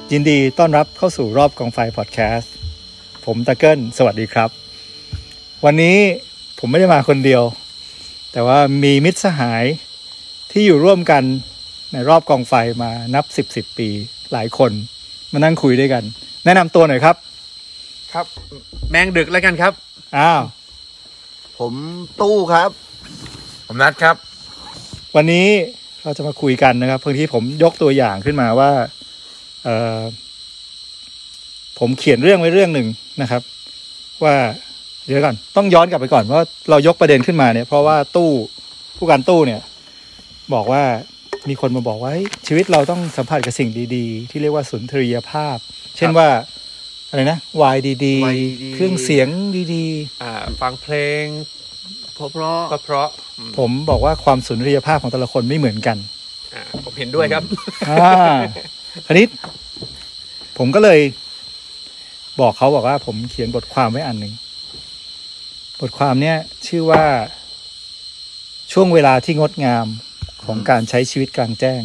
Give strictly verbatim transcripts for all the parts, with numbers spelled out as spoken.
ยินดีต้อนรับเข้าสู่รอบกองไฟพอดแคสต์ผมตะเกิ้ลสวัสดีครับวันนี้ผมไม่ได้มาคนเดียวแต่ว่ามีมิตรสหายที่อยู่ร่วมกันในรอบกองไฟมานับสิบสิบปีหลายคนมานั่งคุยด้วยกันแนะนำตัวหน่อยครับครับแมงดึกแล้วกันครับอ้าวผมตู้ครับผมนัดครับวันนี้เราจะมาคุยกันนะครับเพื่อที่ผมยกตัวอย่างขึ้นมาว่าเอ่อผมเขียนเรื่องไว้เรื่องหนึ่งนะครับว่าเดี๋ยวก่อนต้องย้อนกลับไปก่อนว่าเรายกประเด็นขึ้นมาเนี่ยเพราะว่าตู้ผู้การตู้เนี่ยบอกว่ามีคนมาบอกว่าชีวิตเราต้องสัมผัสกับสิ่งดีๆที่เรียกว่าสุนทรียภาพเช่นว่าอะไรนะวายดีๆเครื่องเสียงดีๆอ่าฟังเพลงเพราะเพราะเพราะผมบอกว่าความสุนทรียภาพของแต่ละคนไม่เหมือนกันอ่าผมเห็นด้วยครับอ่าคราวนี้ผมก็เลยบอกเขาบอกว่าผมเขียนบทความไว้อันหนึ่งบทความเนี้ยชื่อว่าช่วงเวลาที่งดงามของการใช้ชีวิตกลางแจ้ง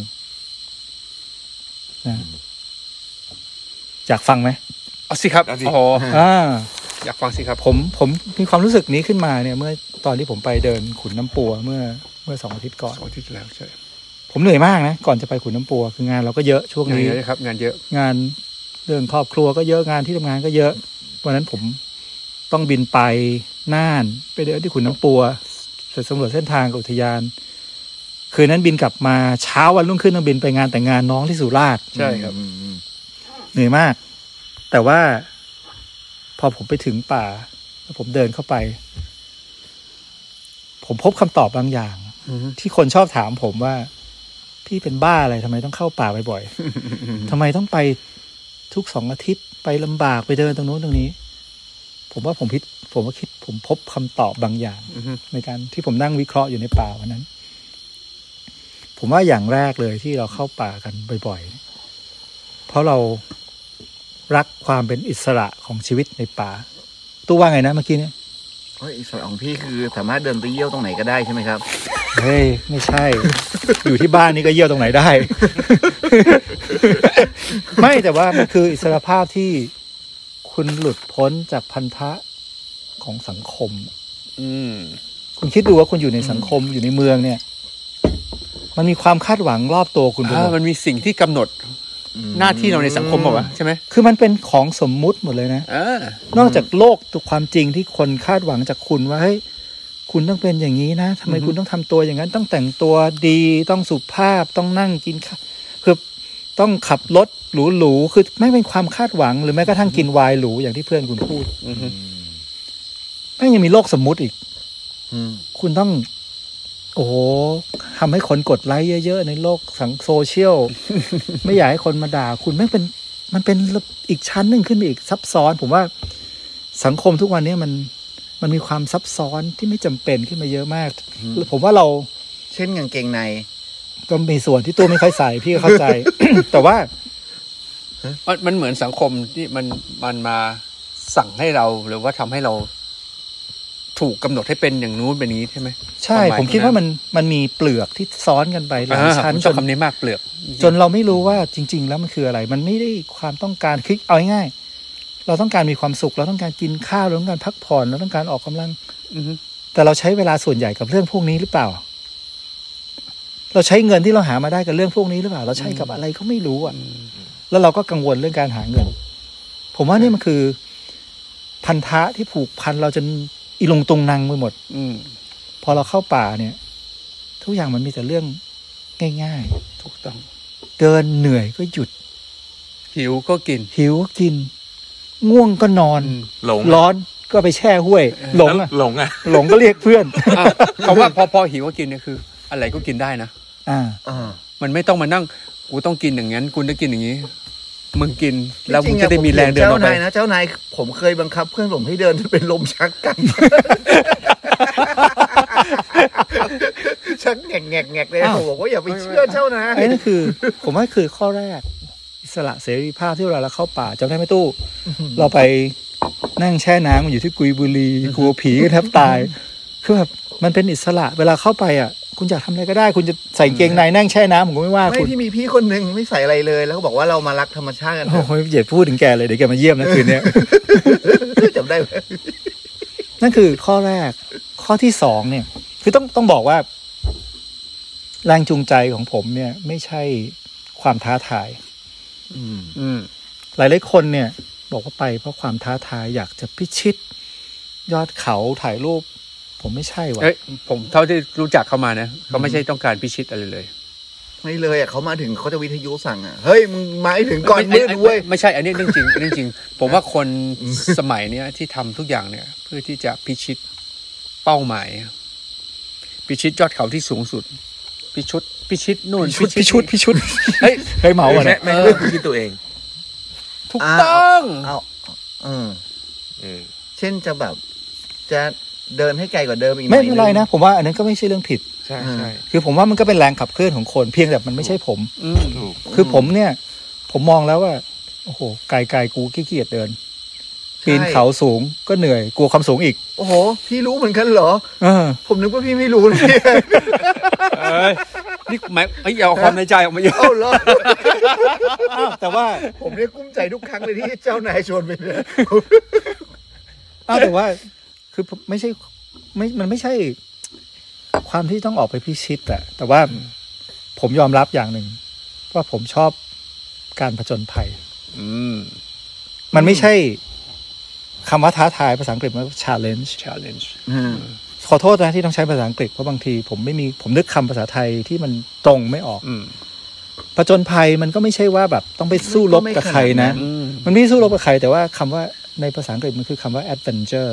นะอยากฟังไหมเอาสิครับโอ้โหอ่าอยากฟังสิครับผมผมมีความรู้สึกนี้ขึ้นมาเนี่ยเมื่อตอนที่ผมไปเดินขุนน้ำปัวเมื่อเมื่อสองอาทิตย์ก่อนสองอาทิตย์แล้วใช่ผมเหนื่อยมากนะก่อนจะไปขุนน้ำปัวคืองานเราก็เยอะช่วงนี้เยอะครับงานเยอะงานเรื่องครอบครัวก็เยอะงานที่ทำงานก็เยอะวันนั้นผมต้องบินไปน่านไปเดินที่ขุนน้ำปัวสำรวจเส้นทางกับอุทยานคืนนั้นบินกลับมาเช้าวันรุ่งขึ้นต้องบินไปงานแต่งงานน้องที่สุราษฎร์ใช่ครับเหนื่อยมากแต่ว่าพอผมไปถึงป่าแล้วผมเดินเข้าไปผมพบคำตอบบางอย่างที่คนชอบถามผมว่าพี่เป็นบ้าอะไรทำไมต้องเข้าป่าบ่อยๆทำไมต้องไปทุกสองอาทิตย์ไปลำบากไปเดินตรงโน้นตรงนี้ผมว่าผมคิดผมว่าคิดผมพบคำตอบบางอย่างในการที่ผมนั่งวิเคราะห์อยู่ในป่าวันนั้นผมว่าอย่างแรกเลยที่เราเข้าป่ากันบ่อยๆเพราะเรารักความเป็นอิสระของชีวิตในป่าตู้ว่าไงนะเมื่อกี้เนี่ยโอ้ยอิสระของพี่คือสามารถเดินไปเยี่ยวตรงไหนก็ได้ใช่ไหมครับเฮ้ยไม่ใช่อยู่ที่บ้านนี่ก็เยี่ยวตรงไหนได้ ไม่แต่ว่ามันคืออิสรภาพที่คุณหลุดพ้นจากพันธะของสังคมอืมคุณคิดดูว่าคุณอยู่ในสังคมอยู่ในเมืองเนี่ยมันมีความคาดหวังรอบตัวคุณอ่ามันมีสิ่งที่กำหนดหน้าที่เราในสังคมบอกว่าใช่ไหมคือมันเป็นของสมมุติหมดเลยนะนอกจากโลกตัวความจริงที่คนคาดหวังจากคุณว่าเฮ้ยคุณต้องเป็นอย่างนี้นะทำไมคุณต้องทำตัวอย่างนั้นต้องแต่งตัวดีต้องสุภาพต้องนั่งกินข้าวคือต้องขับรถหรูๆคือไม่เป็นความคาดหวังหรือแม้กระทั่งกินไวน์หรูอย่างที่เพื่อนคุณพูดแม่งยังมีโลกสมมุติอีกคุณต้องโอ้โหทำให้คนกดไลค์เยอะๆในโลกสังโซเชียล ไม่อยากให้คนมาด่าคุณแม่งเป็นมันเป็นอีกชั้นหนึ่งขึ้นไปอีกซับซ้อนผมว่าสังคมทุกวันนี้มันมันมีความซับซ้อนที่ไม่จำเป็นขึ้นมาเยอะมากผมว่าเราเช่นกางเกงในก็มีส่วนที่ตัวไม่ค่อยใส่พี่ก็เข้าใจ แต่ว่ามันเหมือนสังคมที่มันมันมาสั่งให้เราหรือว่าทำให้เราถูกกำหนดให้เป็นอย่างนู้นเป็นนี้ใช่ไหมใช่ผมคิดว่ามันมันมีเปลือกที่ซ้อนกันไปหลายชั้นจนคำนี้มากเปลือกจนเราไม่รู้ว่าจริงๆแล้วมันคืออะไรมันไม่ได้ความต้องการคลิกเอาง่ายๆเราต้องการมีความสุขเราต้องการกินข้าวเราต้องการพักผ่อนเราต้องการออกกำลังแต่เราใช้เวลาส่วนใหญ่กับเรื่องพวกนี้หรือเปล่าเราใช้เงินที่เราหามาได้กับเรื่องพวกนี้หรือเปล่าเราใช้กับอะไรก็ไม่รู้อ่ะแล้วเราก็กังวลเรื่องการหาเงินผมว่านี่มันคือพันธะที่ผูกพันเราจนอีลงตรงนังไปหมดอพอเราเข้าป่าเนี่ยทุกอย่างมันมีแต่เรื่องง่ายๆถูกต้องเดินเหนื่อยก็หยุดหิวก็กินหิวก็กินง่วงก็นอนหลงร้อนก็ไปแช่ห้วยหลงอ่ะหลงอ่ะหลงก็เรียกเพื่อนคำว่าพอพอหิวก็กินเนี่ยคืออะไรก็กินได้นะอ่ามันไม่ต้องมานั่งกูต้องกินอย่างนั้นกูต้องกินอย่างนี้มึงกินแล้วมึงจะได้มีแรงเดินออกไปเจ้านายนะเจ้านายผมเคยบังคับเพื่อนผมให้เดินเป็นลมชักกันชักแงกแงกแงกเลยผมบอกว่าอย่าไปเชื่อเจ้านายไอ้นั่นคือผมว่าคือข้อแรกอิสระเสรีภาพที่เราเข้าป่าจำได้ไหมตู้เราไปนั่งแช่น้ำอยู่ที่กุยบุรีกลัวผีกันแทบตายคือแบบมันเป็นอิสระเวลาเข้าไปอ่ะคุณอยากทำอะไรก็ได้คุณจะใส่กางเกงในนั่งแช่น้ำผมก็ไม่ว่าไม่คุณที่มีพี่คนหนึ่งไม่ใส่อะไรเลยแล้วก็บอกว่าเรามารักธรรมชาติกันเถโอ้อะโหอย่าพูดถึงแกเลยเดี๋ยวแกมาเยี่ยมนะคืนนี้จำได้ไหมนั่นคือข้อแรกข้อที่สองเนี่ยคือต้องต้องบอกว่าแรงจูงใจของผมเนี่ยไม่ใช่ความท้าทายอืมอืมหลายหลายคนเนี่ยบอกว่าไปเพราะความท้าทายอยากจะพิชิตยอดเขาถ่ายรูปผมไม่ใช่ว่ะเอ้ยผมเท่าที่รู้จักเขามานะเขาไม่ใช่ต้องการพิชิตอะไรเลยไม่เลยอ่ะเขามาถึงเขาจะวิทยุสั่งอ่ะเฮ้ยมึงมาให้ถึงก่อนมืดเว้ยไม่ใช่อันนี้เรื่องจริงเรื่องจริง ผมว่าคนสมัยเนี้ยที่ทำทุกอย่างเนี่ย เพื่อที่จะพิชิตเป้าหมายพิชิตยอดเขาที่สูงสุดพิชุดพิชิตนู่นพิชุดพิชุดเฮ้ยเฮ้ยเมาอ่ะเนี่ยไม่เลือกพิชิตตัวเองถูกต้องเอาเอออืมเช่นจะแบบจะเดินให้ไกลกว่าเดิมอีกหน่ไม่อยเป็นไรนะ ผมว่าอันนั้นก็ไม่ใช่เรื่องผิดใช่ใช่คือผมว่ามันก็เป็นแรงขับเคลื่อนของคนเพียงแต่มันไม่ใช่ผมอืมถูกคือผมเนี่ย ผมมองแล้วว่าโอ้โหไกลไกลกูขี้เกียจเดินปีนเขาสูงก็เหนื่อยกลัวความสูงอีกโอ้โหพี่รู้เหมือนกันเหรอเออผมนึกว่าพี่ไม่รู้เลยเอ้ยนี่หมายเอ้ยอย่าเอาความในใจออกมาเยอะเอ้าเหรออ้าวแต่ว่าผมเนี่ยกุ้มใจทุกครั้งเลยที่เจ้านายชวนไปเนี่ยอ้าวแต่ว่าคือไม่ใช่ไม่มันไม่ใช่ความที่ต้องออกไปพิชิตอะแต่ว่าผมยอมรับอย่างหนึ่งว่าผมชอบการผจญภัยอืมมันไม่ใช่คำว่าท้าทายภาษาอังกฤษมัน challenge challenge อืมขอโทษนะที่ต้องใช้ภาษาอังกฤษเพราะบางทีผมไม่มีผมนึกคำภาษาไทยที่มันตรงไม่ออกอืมผจญภัยมันก็ไม่ใช่ว่าแบบต้องไปสู้รบกับใครนะอืมมันไม่ได้สู้รบกับใครแต่ว่าคำว่าในภาษาอังกฤษมันคือคำว่า adventure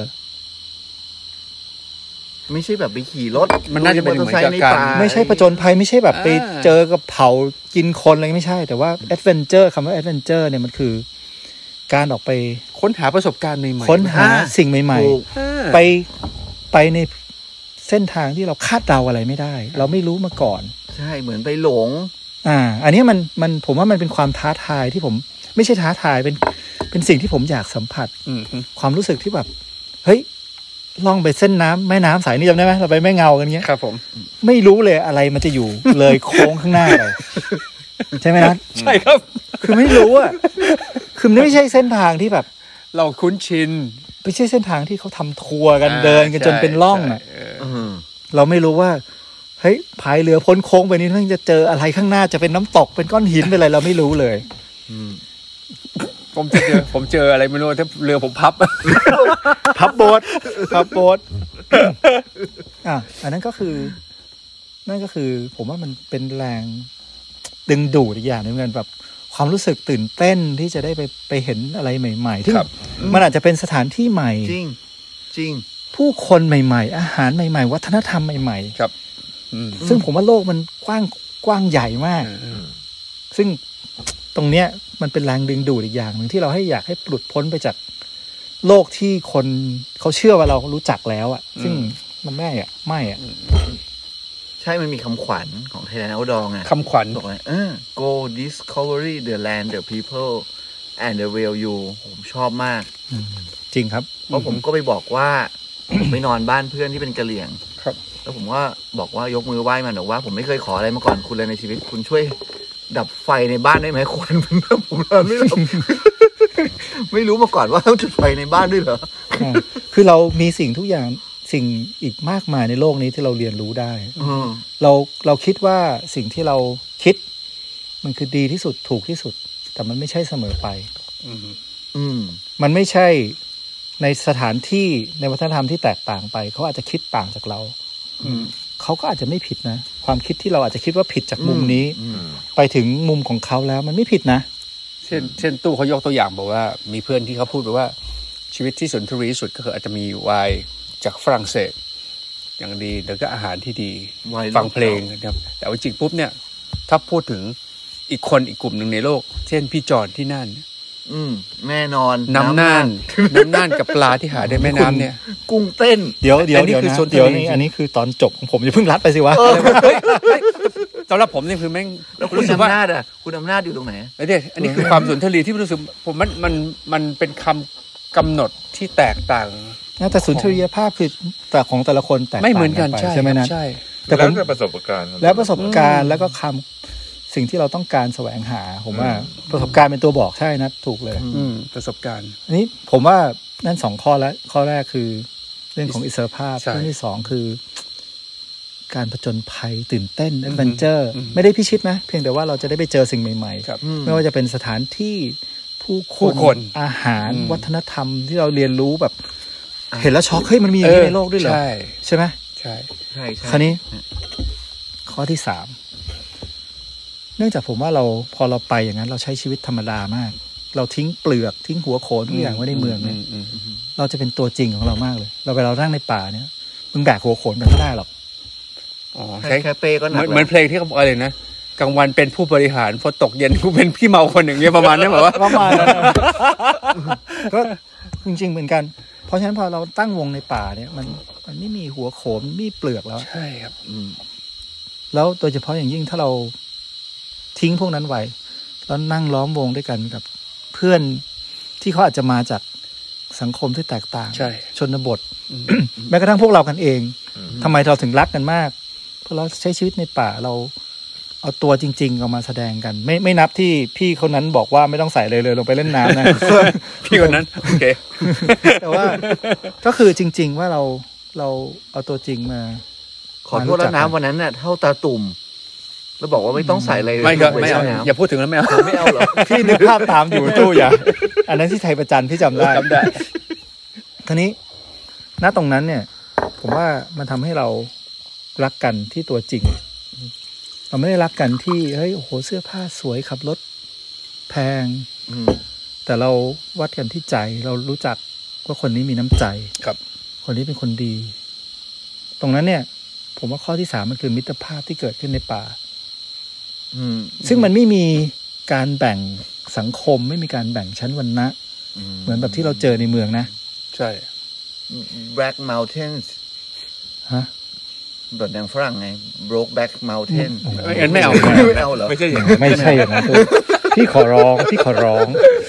ไม่ใช่แบบไปขี่รถมันน่าจะเป็นเหมือนกับการไม่ใช่ผจญภัยไม่ใช่แบบไปอ่าเจอกับเผากินคนอะไรไม่ใช่ แต่ว่า adventure คำว่า adventure เนี่ยมันคือ การออกไปค้นหาประสบการณ์ใหม่ๆค้นหาสิ่งใหม่ถูกอ่าๆ ไปไปในเส้นทางที่เราคาดเดาอะไรไม่ได้ เราไม่รู้มาก่อนใช่เหมือนไปหลงอ่า อันนี้มันมันผมว่ามันเป็นความท้าทายที่ผม ไม่ใช่ท้าทายเป็นเป็นสิ่งที่ผมอยากสัมผัสอืมความรู้สึกที่แบบเฮ้ยล่องไปเส้นน้ำแม่น้ำสายนี้จำได้ไหมเราไปแม่เงากันเงี้ยครับผมไม่รู้เลยอะไรมันจะอยู่ เลยโค้งข้างหน้าไปใช่ไหมนะใช่ครับคือไม่รู้อ่ะคือมันไม่ใช่เส้นทางที่แบบเราคุ้นชินไม่ใช่เส้นทางที่เขาทำทัวร์กันเดินกันจนเป็นร่องอ่ะใช่เอออืมเราไม่รู้ว่าเฮ้ยพายเรือพ้นโค้งไปนี้มันจะเจออะไรข้างหน้าจะเป็นน้ำตกเป็นก้อนหินเป็นอะไรเราไม่รู้เลยอืมผมจะเจอ ผมเจออะไรไม่รู้ถ้าเรือผมพับพับโบ๊ทพับโบ๊ทอ่ะอันนั้นก็คือ นั่นก็คือ ผมว่ามันเป็นแรงดึงดูดอีกอย่างหนึงเหมือนกันแบบความรู้สึกตื่นเต้นที่จะได้ไปไปเห็นอะไรใหม่ๆที่ครับมันอาจจะเป็นสถานที่ใหม่จริง จริงผู้คนใหม่ๆ อาหารใหม่ๆ วัฒนธรรมใหม่ครับ อืมๆ ซึ่งผมว่าโลกมันกว้างกว้างใหญ่มากอืมซึ่งตรงเนี้ยมันเป็นแรงดึงดูดอีกอย่างหนึ่งที่เราให้อยากให้หลุดพ้นไปจากโลกที่คนเขาเชื่อว่าเรารู้จักแล้วอะซึ่งมันไม่อะไม่อะใช่มันมีคำขวัญของ Thailand Outdoor ไงคำขวัญบอกเลยเออ go discovery the land the people and the real you ผมชอบมากจริงครับเพราะผมก็ไปบอกว่า ผมไปนอนบ้านเพื่อนที่เป็นกะเหรี่ยงครับแล้วผมว่าบอกว่ายกมือไหว้มันบอกว่า ผมไม่เคยขออะไรมาก่อนคุณเลยในชีวิต คุณช่วยดับไฟในบ้านได้ไหมควันมันผมนอนไม่หลับ ไม่รู้มาก่อนว่าต้องจุดไฟในบ้านด้วยเหรออ่าคือเรามีสิ่งทุกอย่างสิ่งอีกมากมายในโลกนี้ที่เราเรียนรู้ได้อืมเราเราคิดว่าสิ่งที่เราคิด มันคือดีที่สุดถูกที่สุด แต่มันไม่ใช่เสมอไปอืมอืมมันไม่ใช่ในสถานที่ในวัฒนธรรมที่แตกต่างไปเขาอาจจะคิดต่างจากเราอืมเขาก็อาจจะไม่ผิดนะ ความคิดที่เราอาจจะคิดว่าผิดจากมุมนี้อืมไปถึงมุมของเขาแล้วมันไม่ผิดนะเช่น เช่นตู้เขายกตัวอย่างบอกว่า มีเพื่อนที่เขาพูดไปว่า ชีวิตที่สุนทรีที่สุดก็คืออาจจะมีไวน์จากฝรั่งเศส อย่างดีแล้วก็อาหารที่ดีไวน์ฟังเพลงนะครับ แต่ว่าจริงปุ๊บเนี่ย ถ้าพูดถึงอีกคนอีกกลุ่มหนึ่งในโลก เช่นพี่จอนที่นั่นอืมแน่นอนน้ำน่านน้ำน่านกับปลาที่หาได้แม่น้ำเนี่ยกุ้งเต้นเดี๋ยวเดี๋ยวอันนี้เดี๋ยวคือนะส่วนเดี๋ยวทะเลนี้จริงอันนี้คือตอนจบของผมอย่าเพิ่งรัดไปสิวะเฮ้ยเฮ้ยสำหรับผมเนี่ยคือแม่งแล้วคุณรู้สึกว่าอำนาจอ่ะคุณอำนาจอยู่ตรงไหนเดี๋ยวอันนี้คือความสุนทรีที่รู้สึกผมมันมันมันเป็นคำกำหนดที่แตกต่างแต่สุนทรียภาพคือแต่ของแต่ละคนแตกต่างไม่เหมือนกันไปใช่ใช่ไหมครันะบใช่แต่ผมแล้วประสบการณ์แล้วประสบการณ์แล้วก็คำสิ่งที่เราต้องการแสวงหาผมว่าประสบการณ์เป็นตัวบอกใช่นะถูกเลยอืมประสบการณ์อันนี้ผมว่านั่นสองข้อแล้วข้อแรกคือเรื่องของอิสรภาพเรื่องที่สองคือการผจญภัยตื่นเต้นแอดเวนเจอร์ไม่ได้พิชิตนะเพียงแต่ว่าเราจะได้ไปเจอสิ่งใหม่ๆไม่ว่าจะเป็นสถานที่ผู้คนอาหารวัฒนธรรมที่เราเรียนรู้แบบเห็นแล้วช็อกเฮ้ยมันมีอย่างนี้ในโลกด้วยเหรอใช่ใช่ไหมใช่ใช่คราวนี้ข้อที่สามเนื่องจากผมว่าเราพอเราไปอย่างนั้นเราใช้ชีวิตธรรมดามากเราทิ้งเปลือกทิ้งหัวโขนทุกอย่างไว้ในเมืองเนี่ยเราจะเป็นตัวจริงของเรามากเลยเราไปเรานั่งในป่าเนี่ยมึงแบกหัวโขนไปไม่ได้หรอกอ๋อใช้แค่เป้ก็หนักเหมือนเพลงที่เขาบอกอะไรนะกลางวันเป็นผู้บริหารพอตกเย็นกูเป็นพี่เมาคนหนึ่งเนี่ยประมาณนั้นแบบว่าประมาณนั้นก็จริงๆเหมือนกันเพราะฉะนั้นพอเราตั้งวงในป่าเนี่ยมันมันไม่มีหัวโขนไม่มีเปลือกแล้วใช่ครับแล้วโดยเฉพาะอย่างยิ่งถ้าเราทิ้งพวกนั้นไว้แล้วนั่งล้อมวงด้วยกันกับเพื่อนที่เขาอาจจะมาจากสังคมที่แตกต่างชนบทแม้กระทั่งพวกเรากันเองทำไมเราถึงรักกันมากเพราะเราใช้ชีวิตในป่าเราเอาตัวจริงๆออกมาแสดงกันไม่ไม่นับที่พี่คนนั้นบอกว่าไม่ต้องใส่เลยเลยลงไปเล่นน้ำนะพี่คนนั้นโอเคแต่ว่าก็คือจริงๆว่าเราเราเอาตัวจริงมาขอโทษแล้วน้ำวันนั้นน่ะเท่าตาตุ่มแล้วบอกว่าไม่ต้องใส่อะไรเลยไม่ครับไม่เอาอย่าพูดถึงแล้วไม่เอาไม่เอาหรอพี่นึกภาพตามอยู่ตู้อย่าอันนั้นที่ไทยประจันพี่จำได้จำได้คราวนี้ณตรงนั้นเนี่ยผมว่ามันทำให้เรารักกันที่ตัวจริงเราไม่ได้รักกันที่เฮ้ยโอ้โหเสื้อผ้าสวยขับรถแพงแต่เราวัดกันที่ใจเรารู้จักว่าคนนี้มีน้ำใจครับคนนี้เป็นคนดีตรงนั้นเนี่ยผมว่าข้อที่สามมันคือมิตรภาพที่เกิดขึ้นในป่าซึ่งมันไม่มีการแบ่งสังคมไม่มีการแบ่งชั้นวรรณะเหมือนแบบที่เราเจอในเมืองนะใช่ Black Mountains ฮะแบบอย่างฝรั่งไง Brokeback Mountain งั้นไม่เอาไม่เอาเหรอไม่ใช่อย่างนั้นไม่ใช่อย่างนั้นพี่ขอร้องพี่ขอร้อง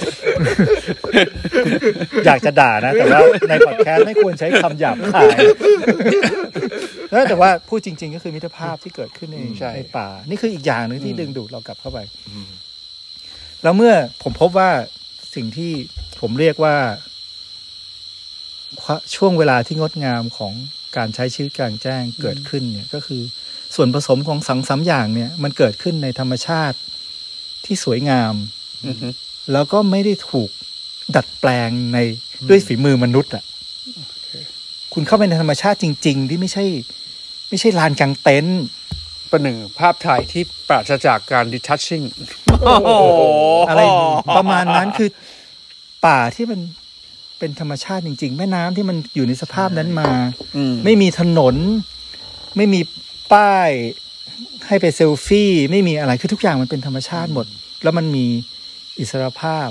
อยากจะด่านะแต่ว่าในพอดแคสต์ไม่ควรใช้คำหยาบคายแต่ว่าพูดจริงๆก็คือมิตรภาพที่เกิดขึ้นในในป่านี่คืออีกอย่างนึงที่ดึงดูดเรากลับเข้าไปแล้วเมื่อผมพบว่าสิ่งที่ผมเรียกว่าช่วงเวลาที่งดงามของการใช้ชีวิตกลางแจ้งเกิดขึ้นเนี่ยก็คือส่วนผสมของสังสามอย่างเนี่ยมันเกิดขึ้นในธรรมชาติที่สวยงามแล้วก็ไม่ได้ถูกดัดแปลงในด้วยฝีมือมนุษย์อ่ะคุณเข้าไปในธรรมชาติจริงๆที่ไม่ใช่ไม่ใช่ลานกางเต็นท์ประหนึ่งภาพถ่ายที่ปราศจากการดิทัชชิ่งอะไรประมาณนั้นคือป่าที่มันเป็นธรรมชาติจริงๆแม่น้ำที่มันอยู่ในสภาพนั้นมาไม่มีถนนไม่มีป้ายให้ไปเซลฟี่ไม่มีอะไรคือทุกอย่างมันเป็นธรรมชาติหมดแล้วมันมีอิสรภาพ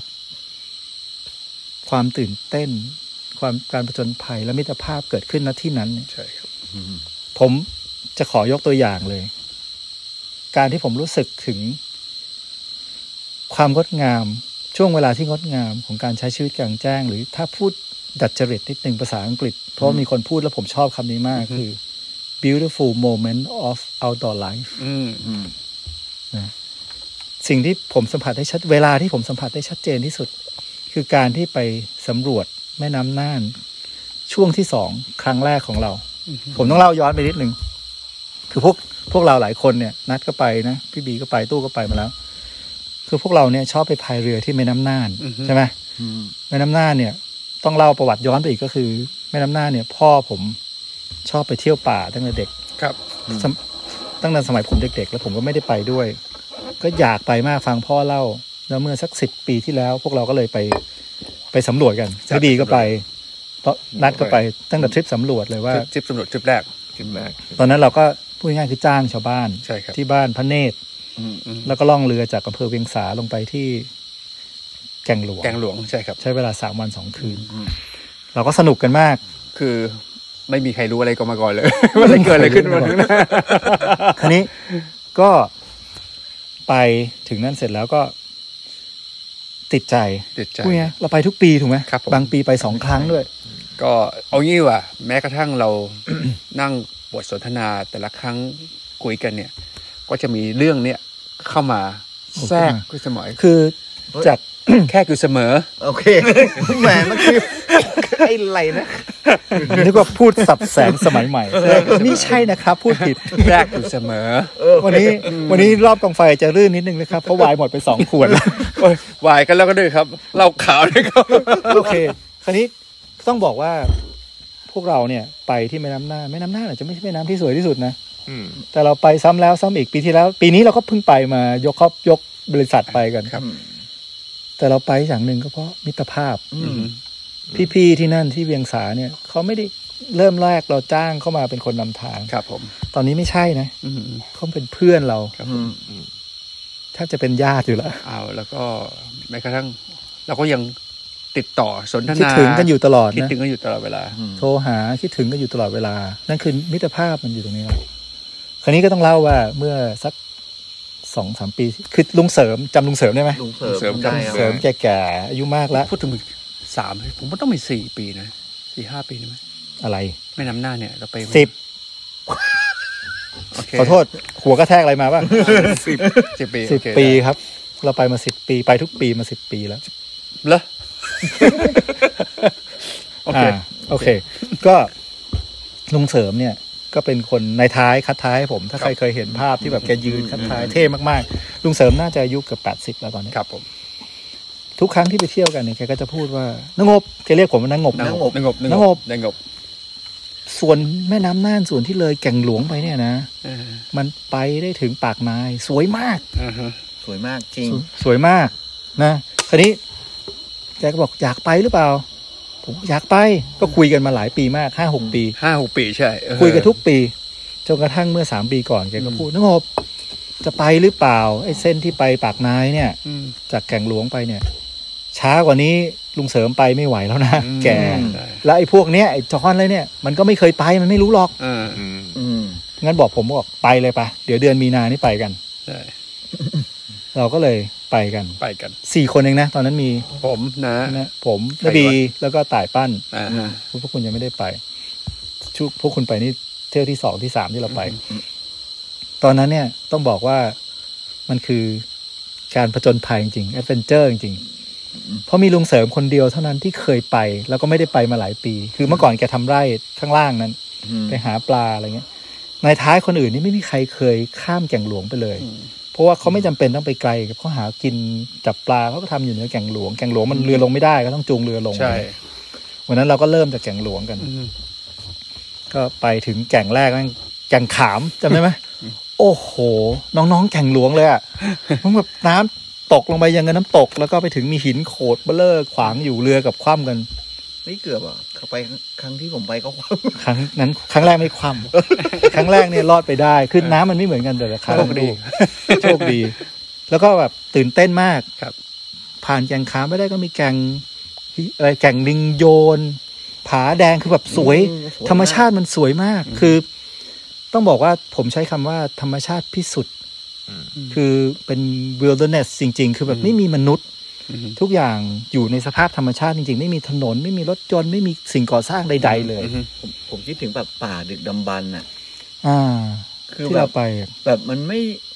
ความตื่นเต้นความการผจญภัยและมิตรภาพเกิดขึ้นณที่นั้นใช่ครับผมจะขอยกตัวอย่างเลยการที่ผมรู้สึกถึงความงดงามช่วงเวลาที่งดงามของการใช้ชีวิตกลางแจ้งหรือถ้าพูดดัดจริตนิดนึงภาษาอังกฤษเพราะมีคนพูดแล้วผมชอบคำนี้มากคือ beautiful moment of outdoor life นะสิ่งที่ผมสัมผัสได้ชัดเวลาที่ผมสัมผัสได้ชัดเจนที่สุดคือการที่ไปสำรวจแม่น้ำน่านช่วงที่สองครั้งแรกของเรา ผมต้องเล่าย้อนไปนิดนึงคือพวกพวกเราหลายคนเนี่ยนัดก็ไปนะพี่บีก็ไปตู้ก็ไปมาแล้วคือพวกเราเนี่ยชอบไปพายเรือที่แม่น้ำน่านใช่ไหมแม่น้ำน่านเนี่ยต้องเล่าประวัติย้อนไปอีกก็คือแม่น้ำน่านเนี่ยพ่อผมชอบไปเที่ยวป่าตั้งแต่เด็กครับตั้งแต่สมัยผมเด็กๆแล้วผมก็ไม่ได้ไปด้วยก็อยากไปมากฟังพ่อเล่าแล้วเมื่อสักสิบปีที่แล้วพวกเราก็เลยไปไปสำรวจกันพี่บีก็ไปเพราะนัดก็ไปตั้งแต่ทริปสำรวจเลยว่าทริปสำรวจทริปแรกทริปแรกตอนนั้นเราก็พูดง่ายๆคือจ้างชาวบ้านที่บ้านพระเนตรแล้วก็ล่องเรือจากอำเภอเวียงสาลงไปที่แก่งหลวงแก่งหลวงใช่ครับใช้เวลาสามวันสองคืนเราก็สนุกกันมากคือไม่มีใครรู้อะไรก็มาก่อนเลยว่าอะไรเกิดอะไรขึ้นมาถึงนั้นคราวนี้ก็ไปถึงนั่นเสร็จแล้วก็ติดใจติดใจพูดไงเราไปทุกปีถูกไหมบางปีไปสองครั้งด้วยก็เอางี้ว่ะแม้กระทั่งเรา นั่งบทสนทนาแต่ละครั้งคุยกันเนี่ยก็จะมีเรื่องเนี้ยเข้ามาแทรกก็สมัยคือจากแค่คือเสมอโอเคแหมเมื่อกี้ไอ้ไรนะนึกว่าพูดสับแสงสมัยใหม่นี่ใช่นะครับพูดผิดแทรกคือเสมอวันนี้วันนี้รอบกองไฟจะรื่นนิดนึงนะครับเพราะวายหมดไปสองขวดแล้ววายกันแล้วก็ด้วยครับเหล้าขาวด้วยครับโอเคคราวนี้ต้องบอกว่าพวกเราเนี่ยไปที่แม่น้ำน่านแม่น้ำน่านอาจจะไม่ใช่แม่น้ำที่สวยที่สุดนะแต่เราไปซ้ำแล้วซ้ำอีกปีที่แล้วปีนี้เราก็เพิ่งไปมายกครอบยกบริษัทไปกันครับแต่เราไปอย่างหนึ่งก็เพราะมิตรภาพพี่ๆที่นั่นที่เวียงสาเนี่ยเขาไม่ได้เริ่มแรกเราจ้างเข้ามาเป็นคนนำทางครับผมตอนนี้ไม่ใช่นะเขาเป็นเพื่อนเราแทบจะเป็นญาติอยู่แล้วเอาแล้วก็แม้กระทั่งเราก็ยังติดต่อสนทนาคิดถึงกันอยู่ตลอดนะคิดถึงกันอยู่ตลอดเวลาโทรหาคิดถึงกันอยู่ตลอดเวลานั่นคือมิตรภาพมันอยู่ตรงนี้แล้วคราวนี้ก็ต้องเล่าว่าเมื่อสักสองสามปีคือลุงเสริมจำลุงเสริมได้ไหมลุงเสริมเสริมเสริมแก่ๆอายุมากแล้วพูดถึงสามผมว่าต้องมีสี่ปีนะสี่ห้าปีได้ไหมอะไรแม่น้ำน่านเนี่ยเราไปสิบขอโทษหัวกระแทกอะไรมาบ้างสิบสิบปีสิบปีครับเราไปมาสิบปีไปทุกปีมาสิบปีแล้วเหรอโอเคโอเคก็ลุงเสริมเนี่ยก็เป็นคนในท้ายคัดท้ายให้ผมถ้าใครเคยเห็นภาพที่แบบแกยืนคัดท้ายเท่มากๆลุงเสริมน่าจะอายุเกือบแปดสิบแล้วตอนนี้ครับผมทุกครั้งที่ไปเที่ยวกันเนี่ยแกก็จะพูดว่านงบแกเรียกผมว่านงบนงบนงบนงบนงบส่วนแม่น้ำน่านส่วนที่เลยแก่งหลวงไปเนี่ยนะมันไปได้ถึงปากนายสวยมากสวยมากจริงสวยมากนะคราวนี้แกก็บอกอยากไปหรือเปล่าผมอยากไปก็คุยกันมาหลายปีมากห้าหกปีห้าหกปีใช่คุยกันทุกปีจนกระทั่งเมื่อสามปีก่อนแกก็พูดนงบจะไปหรือเปล่าไอ้เส้นที่ไปปากนายเนี่ยจากแก่งหลวงไปเนี่ยช้ากว่านี้ลุงเสริมไปไม่ไหวแล้วนะแกแล้วไอ้พวกเนี้ยไอ้จอนอะไรเนี่ยมันก็ไม่เคยไปมันไม่รู้หรอกงั้นบอกผมบอกไปเลยปะเดี๋ยวเดือนมีนานี่ไปกันเราก็เลยไปกันไปกันสี่คนเองนะตอนนั้นมีผมนะนะผมนบีแล้วก็ต่ายปั้นพวกคุณยังไม่ได้ไปชุกพวกคุณไปนี่เที่ยวที่สองที่สามที่เราไปตอนนั้นเนี่ยต้องบอกว่ามันคือการผจญภัยจริงๆแอดเวนเจอร์จริงๆเพราะมีลุงเสริมคนเดียวเท่านั้นที่เคยไปแล้วก็ไม่ได้ไปมาหลายปีคือเมื่อก่อนแกทำไร่ข้างล่างนั้นไปหาปลาอะไรเงี้ยในท้ายคนอื่นนี่ไม่มีใครเคยข้ามแก่งหลวงไปเลยเพราะว่าเขาไม่จำเป็นต้องไปไกลเขาหากินจับปลาเขาก็ทำอยู่เหนือแก่งหลวงแก่งหลวงมันเรือลงไม่ได้ก็ต้องจูงเรือลงใช่วันนั้นเราก็เริ่มจากแก่งหลวงกันก็ไปถึงแก่งแรกนั่นแก่งขามจำได้ไหมโอ้โหน้องๆแก่งหลวงเลยอ่ะมันแบบน้ำตกลงไปยังกับน้ำตกแล้วก็ไปถึงมีหินโขดเบ้อเร่อขวางอยู่เรือกับคว่ำกันไม่เกือบอ่ะเขาไปครั้งที่ผมไปก็คว่ำครั้งนั้นครั้งแรกไม่คว่ำครั้งแรกเนี่ยรอดไปได้คือน้ำมันไม่เหมือนกันแต่ละครั้งโชคดีโชคดีแล้วก็แบบตื่นเต้นมากครับผ่านแก่งขามไม่ได้ก็มีแก่งอะไรแก่งลิงโยนผาแดงคือแบบสวยธรรมชาติมันสวยมากคือต้องบอกว่าผมใช้คำว่าธรรมชาติพิสุทธิ์คือเป็น wilderness จริงๆคือแบบไม่มีมนุษย์ทุกอย่างอยู่ในสภาพธรรมชาติจริงๆไม่มีถนนไม่มีรถยนต์ไม่มีสิ่งก่อสร้างใดๆเลยผมผมคิดถึงแบบป่าดึกดำบรรพ์น่ะอ่าคือที่เราไปแบบมันไม่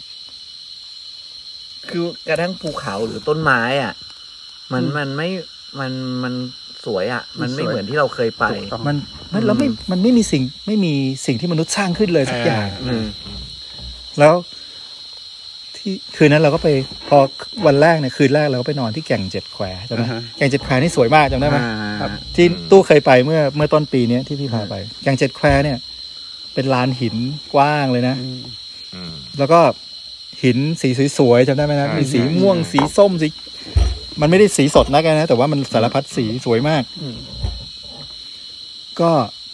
คือกระทั่งภูเขาหรือต้นไม้อ่ะมันมันไม่มันมันสวยอ่ะมันไม่เหมือนที่เราเคยไปมันมันแล้วไม่มันไม่มีสิ่งไม่มีสิ่งที่มนุษย์สร้างขึ้นเลยสักอย่างแล้วที่คืนนั้นเราก็ไปพอวันแรกเนี่ยคืนแรกเราก็ไปนอนที่แก่งเจ็ดแควจำได้แก่งเจ็ดแควนี่สวยมากจำได้ไหมครับที่ตู้เคยไปเมื่อเมื่อต้นปีนี้ที่พี่พาไปแก่งเจ็ดแควเนี่ยเป็นลานหินกว้างเลยนะแล้วก็หินสีสวยๆจำได้ไหมนะมีสีม่วงสีส้มสีมันไม่ได้สีสดนักนะแต่ว่ามันสารพัดสีสวยมากก็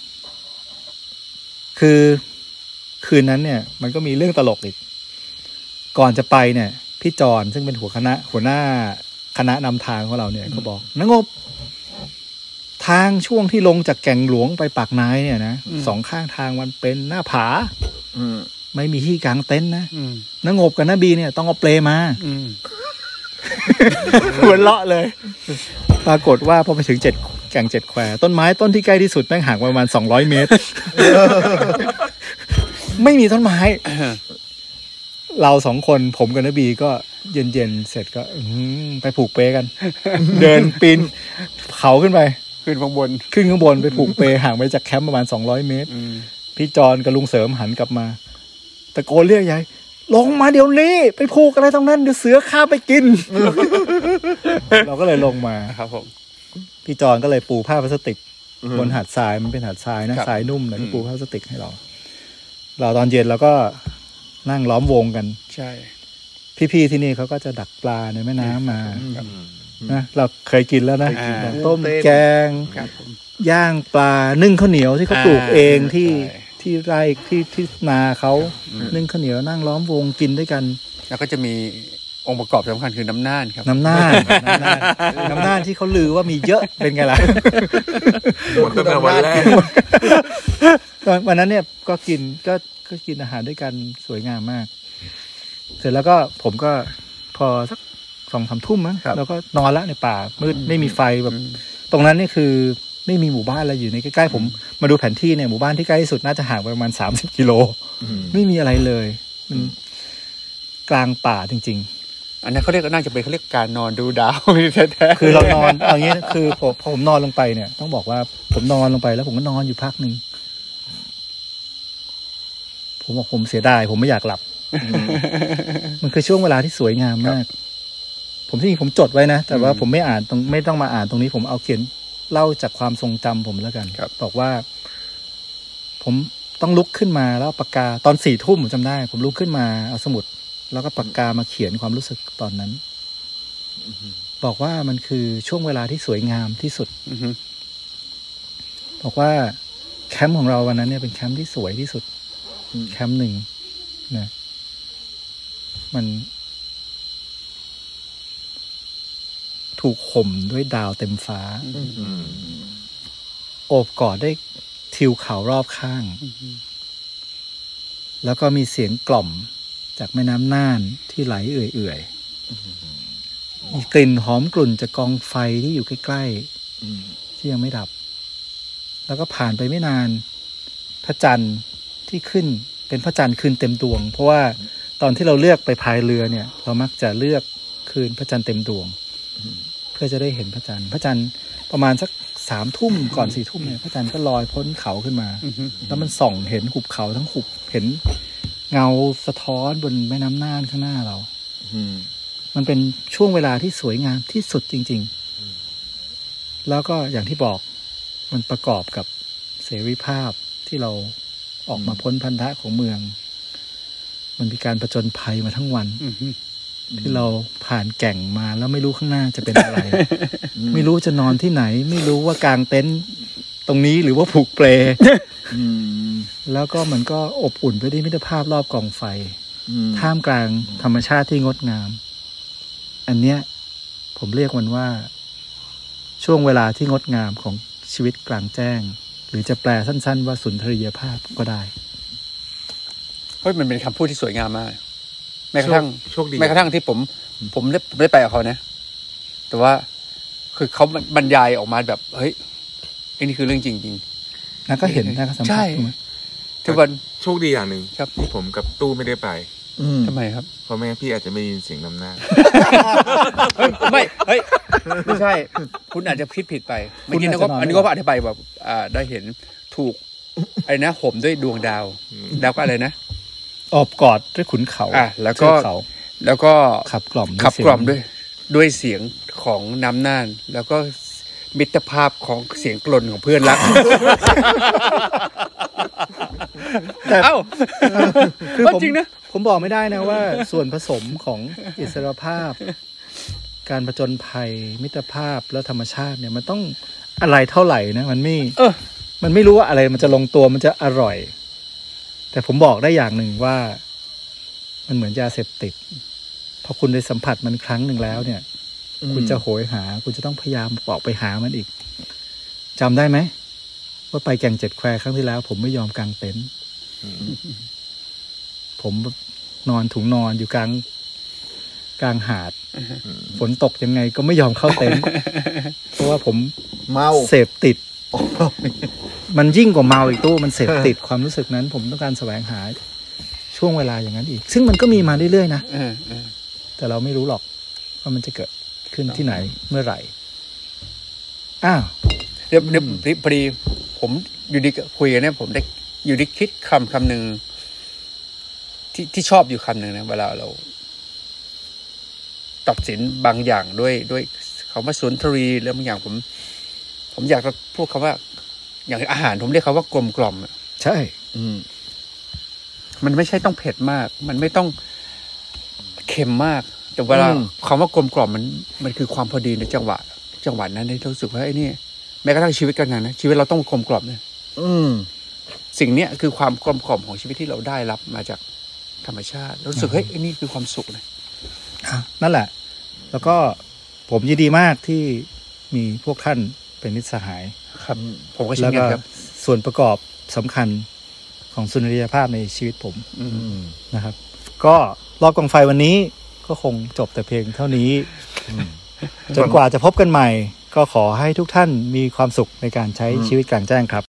คือคืนนั้นเนี่ยมันก็มีเรื่องตลกอีกก่อนจะไปเนี่ยพี่จอนซึ่งเป็นหัวคณะหัวหน้าคณะนำทางของเราเนี่ยเขาบอกนงบทางช่วงที่ลงจากแก่งหลวงไปปากนายเนี่ยนะสองข้างทางมันเป็นหน้าผาไม่มีที่กางเต็นท์นะนงบกับนบีเนี่ยต้องเอาเปลมาหัวเราะเลยปรากฏว่าพอไปถึงเจ็ดแก่งเจ็ดแควต้นไม้ต้นที่ใกล้ที่สุดแม่งห่างประมาณสองร้อยเมตรไม่มีต้นไม้ เราสองคนผมกับนบีก็เย็นๆเสร็จก็ไปผูกเปกัน เดินปีนเขาขึ้นไปขึ้นข้างบนขึ้นข้างบนไปผูกเปห่างไปจากแคมป์ประมาณสองร้อยเมตรพี่จอนกับลุงเสริมหันกลับมาตะโกนเรียกยายลงมาเดี๋ยวนี้ไปผูกอะไรตรงนั้นเดี๋ยวเสือข้าไปกิน เราก็เลยลงมาครับผมพี่จอนก็เลยปูผ้าพลาสติกบนหาดทรายมันเป็นหาดทรายนะทรายนุ่มนะที่ปูผ้าพลาสติกให้เราเราตอนเย็นเราก็นั่งล้อมวงกันใช่พี่ๆที่นี่เขาก็จะดักปลาในแม่น้ำมานะเราเคยกินแล้วนะต้มแกงย่างปลานึ่งข้าวเหนียวที่เขาปลูกเองที่ที่ไร่ที่ที่นาเขานึ่งข้าวเหนียวนั่งล้อมวงกินด้วยกันแล้วก็จะมีองค์ประกอบสำคัญคือน้ำน่านครับน้ำน่านน้ำน่านที่เขาลือว่ามีเยอะเป็นไงล่ะหมดตั้งแต่วันแรกวันนั้นเนี่ยก็กินก็ก็กินอาหารด้วยกันสวยงามมากเสร็จแล้วก็ผมก็พอสักสองสามทุ่มมั้งแล้วก็นอนละในป่ามืดไม่มีไฟแบบตรงนั้นนี่คือไม่มีหมู่บ้านอะไรอยู่ในใกล้ๆผมมาดูแผนที่เนี่ยหมู่บ้านที่ใกล้ที่สุดน่าจะห่างไปประมาณสามสิบกิโลไม่มีอะไรเลยมันกลางป่าจริงๆอันนั้นเขาเรียกน่าจะเป็นเขาเรียกการนอนดูดาวแท้ๆคือเรานอนอย่างนี้คือพอพอผมนอนลงไปเนี่ยต้องบอกว่าผมนอนลงไปแล้วผมก็นอนอยู่พักนึงผมบอกผมเสียดายผมไม่อยากหลับมันคือช่วงเวลาที่สวยงามมากผมที่จริงผมจดไว้นะแต่ว่าผมไม่อ่านตรงไม่ต้องมาอ่านตรงนี้ผมเอาเขียนเล่าจากความทรงจำผมแล้วกันบอกว่าผมต้องลุกขึ้นมาแล้วปากกาตอนสี่ทุ่มผมจำได้ผมลุกขึ้นมาเอาสมุดแล้วก็ปากกามาเขียนความรู้สึกตอนนั้นบอกว่ามันคือช่วงเวลาที่สวยงามที่สุดบอกว่าแคมป์ของเราวันนั้นเนี่ยเป็นแคมป์ที่สวยที่สุดแคมป์หนึ่งนะมันถูกห่มด้วยดาวเต็มฟ้าโอบกอดได้ทิวเขารอบข้างแล้วก็มีเสียงกล่อมจากแม่น้ำน่านที่ไหลเอื่อยๆมีกลิ่นหอมกลุ่นจากกองไฟที่อยู่ใกล้ๆที่ยังไม่ดับแล้วก็ผ่านไปไม่นานพระจันทร์ที่ขึ้นเป็นพระจันทร์คืนเต็มดวงเพราะว่าตอนที่เราเลือกไปพายเรือเนี่ยเรามักจะเลือกคืนพระจันทร์เต็มดวงเพื่อจะได้เห็นพระจันทร์พระจันทร์ประมาณสักสามทุ่มก่อนสี่ทุ่มเนี่ยพระจันทร์ก็ลอยพ้นเขาขึ้นมาแล้วมันส่องเห็นหุบเขาทั้งหุบเห็นเงาสะท้อนบนแม่น้ำน่านข้างหน้าเรามันเป็นช่วงเวลาที่สวยงามที่สุดจริงๆแล้วก็อย่างที่บอกมันประกอบกับเสรีภาพที่เราออกมาพ้นพันธะของเมืองมันมีการผจญภัยมาทั้งวันที่เราผ่านแก่งมาแล้วไม่รู้ข้างหน้าจะเป็นอะไร ไม่รู้จะนอนที่ไหนไม่รู้ว่ากางเต็นท์ตรงนี้หรือว่าผูกเปล แล้วก็มันก็อบอุ่นไปด้วยมิตรภาพรอบกองไฟท่ามกลางธรรมชาติที่งดงามอันเนี้ยผมเรียกมันว่าช่วงเวลาที่งดงามของชีวิตกลางแจ้งหรือจะแปลสั้นๆว่าสุนทรียภาพก็ได้เฮ้ยมันเป็นคำพูดที่สวยงามมากแม้กระทั่งแม้กระทั่งที่ผมผมได้ผมได้ไปกับเขานะแต่ว่าคือเขาบรรยายออกมาแบบเฮ้ยไอ้นี่คือเรื่องจริงจริงนะก็เห็นนะก็สัมผัสทุกวันโชคดีอย่างหนึ่งที่ผมกับตู้ไม่ได้ไปทำไมครับเพราะไม่งั้นพี่อาจจะไม่ยินเสียงนำหน้าไม่เฮ้ยไม่ใช่คุณอาจจะคิดผิดไปเมื่อกี้นะก็อันนี้ก็อธิบายแบบอ่าได้เห็นถูกอะไรนะห่มด้วยดวงดาวดาวก็อะไรนะอบกอดด้วยขุนเขาอ่ะแล้วก็แล้วก็ขับกล่อมขับกล่อมด้วยด้วยเสียงของน้ำน่านแล้วก็มิตรภาพของเสียงกลนของเพื่อนรักเอ้าคือผมจริงนะผมบอกไม่ได้นะว่าส่วนผสมของอิสรภาพการผจญภัยมิตรภาพและธรรมชาติเนี่ยมันต้องอะไรเท่าไหร่นะมันไม่มันไม่รู้ว่าอะไรมันจะลงตัวมันจะอร่อยแต่ผมบอกได้อย่างหนึ่งว่ามันเหมือนยาเสพติดพอคุณได้สัมผัสมันครั้งหนึ่งแล้วเนี่ยคุณจะโหยหาคุณจะต้องพยายามออกไปหามันอีกจำได้ไหมว่าไปแก่งเจ็ดแควครั้งที่แล้วผมไม่ยอมกางเต็นท์ผมนอนถุงนอนอยู่กลางกลางหาดฝนตกยังไงก็ไม่ยอมเข้าเต็นท์เพราะว่าผมเมาเสพติดมันยิ่งกว่าเมาอีกตู้มันเสพติดความรู้สึกนั้น ผมต้องการแสวงหาช่วงเวลาอย่างนั้นอีกซึ่งมันก็มีมาเรื่อยๆนะแต่เราไม่รู้หรอกว่ามันจะเกิดขึ้นที่ไหนเมื่อไหร่อ้าวเดี๋ยวเดี๋ยวพอดีผมอยู่ดีคุยกันเนี่ยผมได้อยู่ดีคิดคำคำหนึ่งที่ที่ชอบอยู่คำหนึ่งนะเวลาเราตัดสินบางอย่างด้วยด้วยคำว่าสุนทรีหรือบางอย่างผมผมอยากจะพูดคำว่า อย่างอาหารผมเรียกคำว่ากลมกล่อมใช่อืมมันไม่ใช่ต้องเผ็ดมากมันไม่ต้องเค็มมากแต่เวลาคำว่ากลมกล่อมมันมันคือความพอดีในจังหวะจังหวะนั้นที่รู้สึกว่าไอ้นี่แม้กระทั่งชีวิตกันนะนะชีวิตเราต้องกลมกล่อมเนี่ยอืมสิ่งเนี้ยคือความกลมกล่อมของชีวิตที่เราได้รับมาจากธรรมชาติรู้สึกเฮ้ยไอ้นี่คือความสุขเลยนั่นแหละแล้วก็ผมยินดีมากที่มีพวกท่านเป็นมิตรสหายครับผมก็เช่นกันครับส่วนประกอบสำคัญของสุนทรียภาพในชีวิตผมนะครับก็รอบกองไฟวันนี้ก็คงจบแต่เพียงเท่านี้จนกว่าจะพบกันใหม่ก็ขอให้ทุกท่านมีความสุขในการใช้ชีวิตกลางแจ้งครับ